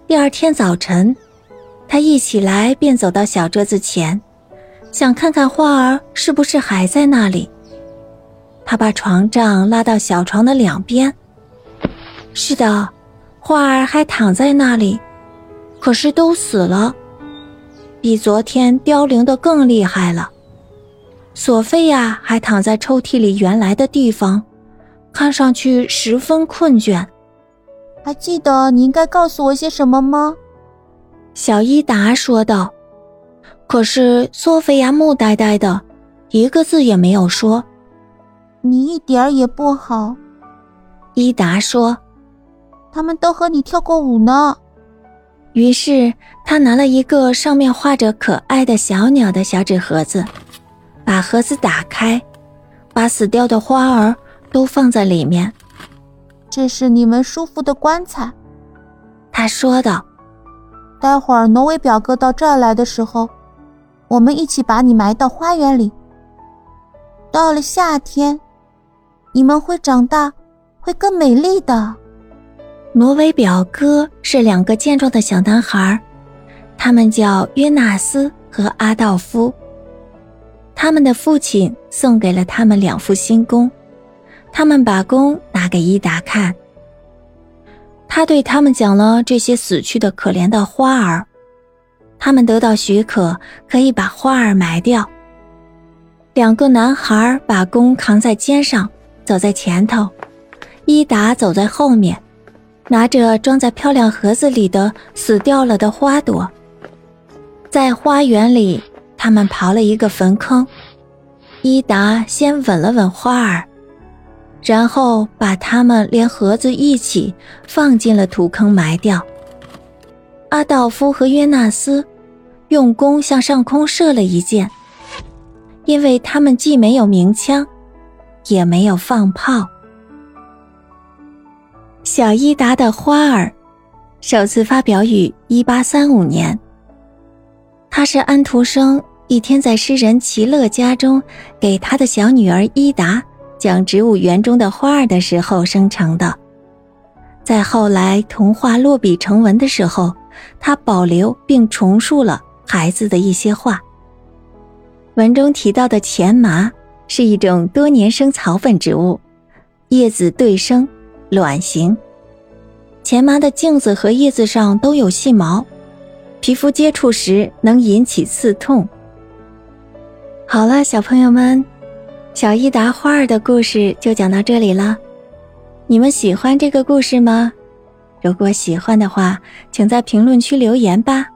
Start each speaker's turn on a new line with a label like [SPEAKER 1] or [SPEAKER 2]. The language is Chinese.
[SPEAKER 1] 第二天早晨，他一起来便走到小桌子前，想看看花儿是不是还在那里。他把床帐拉到小床的两边，是的，花儿还躺在那里，可是都死了，比昨天凋零得更厉害了。索菲亚还躺在抽屉里原来的地方，看上去十分困倦。
[SPEAKER 2] 还记得你应该告诉我些什么吗？
[SPEAKER 1] 小伊达说道。可是索菲亚木呆呆的，一个字也没有说。
[SPEAKER 2] 你一点儿也不好。
[SPEAKER 1] 伊达说。
[SPEAKER 2] 他们都和你跳过舞呢。
[SPEAKER 1] 于是他拿了一个上面画着可爱的小鸟的小纸盒子，把盒子打开，把死掉的花儿都放在里面。
[SPEAKER 2] 这是你们叔父的棺材，
[SPEAKER 1] 他说道。
[SPEAKER 2] 待会儿挪威表哥到这儿来的时候，我们一起把你埋到花园里。到了夏天，你们会长大，会更美丽的。
[SPEAKER 1] 挪威表哥是两个健壮的小男孩，他们叫约纳斯和阿道夫。他们的父亲送给了他们两副新弓，他们把弓拿给伊达看。他对他们讲了这些死去的可怜的花儿，他们得到许可，可以把花儿埋掉。两个男孩把弓扛在肩上，走在前头，伊达走在后面，拿着装在漂亮盒子里的死掉了的花朵。在花园里，他们刨了一个坟坑，伊达先吻了吻花儿，然后把它们连盒子一起放进了土坑埋掉。阿道夫和约纳斯用弓向上空射了一箭，因为他们既没有鸣枪，也没有放炮。小伊达的花儿首次发表于1835年，它是安徒生一天在诗人齐勒家中给他的小女儿伊达讲植物园中的花儿的时候生成的。在后来童话落笔成文的时候，他保留并重述了孩子的一些话。文中提到的钱麻是一种多年生草本植物，叶子对生，卵形。钱麻的茎子和叶子上都有细毛，皮肤接触时能引起刺痛。好了，小朋友们，小伊达花儿的故事就讲到这里了。你们喜欢这个故事吗？如果喜欢的话，请在评论区留言吧。